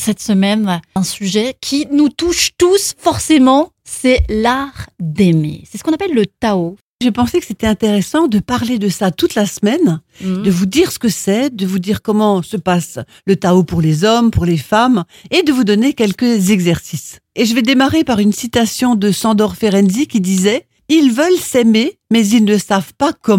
cette semaine un sujet qui nous touche tous forcément, c'est l'art d'aimer. C'est ce qu'on appelle le Tao. J'ai pensé que c'était intéressant de parler de ça toute la semaine, de vous dire ce que c'est, de vous dire comment se passe le Tao pour les hommes, pour les femmes, et de vous donner quelques exercices. Et je vais démarrer par une citation de Sándor Ferenczi qui disait « Ils veulent s'aimer, mais ils ne savent pas comment ».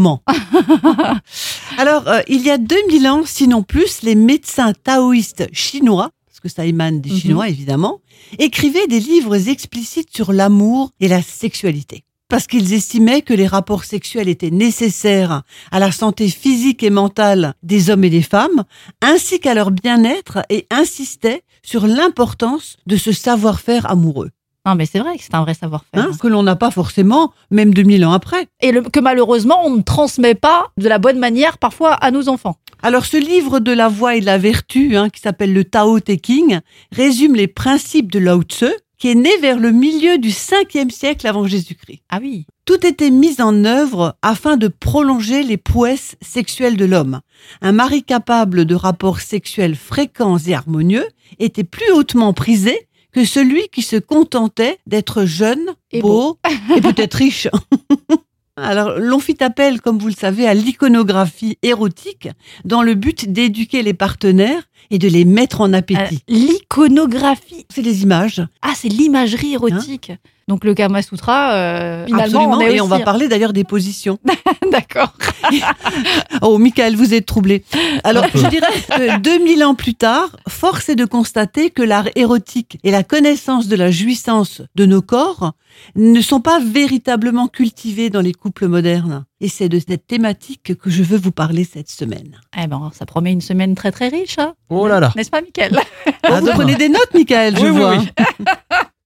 Alors, il y a 2000 ans, sinon plus, les médecins taoïstes chinois, parce que ça émane des Chinois évidemment, écrivaient des livres explicites sur l'amour et la sexualité. Parce qu'ils estimaient que les rapports sexuels étaient nécessaires à la santé physique et mentale des hommes et des femmes, ainsi qu'à leur bien-être, et insistaient sur l'importance de ce savoir-faire amoureux. Non, mais c'est vrai que c'est un vrai savoir-faire. Que l'on n'a pas forcément, même 2000 ans après. Et que malheureusement, on ne transmet pas de la bonne manière parfois à nos enfants. Alors ce livre de la voie et de la vertu, qui s'appelle le Tao Te Ching, résume les principes de Lao Tse, qui est né vers le milieu du 5e siècle avant Jésus-Christ. Ah oui. Tout était mis en œuvre afin de prolonger les prouesses sexuelles de l'homme. Un mari capable de rapports sexuels fréquents et harmonieux était plus hautement prisé que celui qui se contentait d'être jeune, Et beau et peut-être riche. Alors, l'on fit appel, comme vous le savez, à l'iconographie érotique dans le but d'éduquer les partenaires et de les mettre en appétit. L'iconographie. C'est les images. Ah, c'est l'imagerie érotique. Donc le Kama Sutra, finalement, absolument. on est et aussi... on va parler d'ailleurs des positions. D'accord. Oh, Michael, vous êtes troublé. Alors, je dirais que 2000 ans plus tard, force est de constater que l'art érotique et la connaissance de la jouissance de nos corps ne sont pas véritablement cultivés dans les couples modernes. Et c'est de cette thématique que je veux vous parler cette semaine. Eh ben, ça promet une semaine très très riche. Oh là là. N'est-ce pas, Mickaël ? Vous prenez des notes, Michael, je vois. Oui.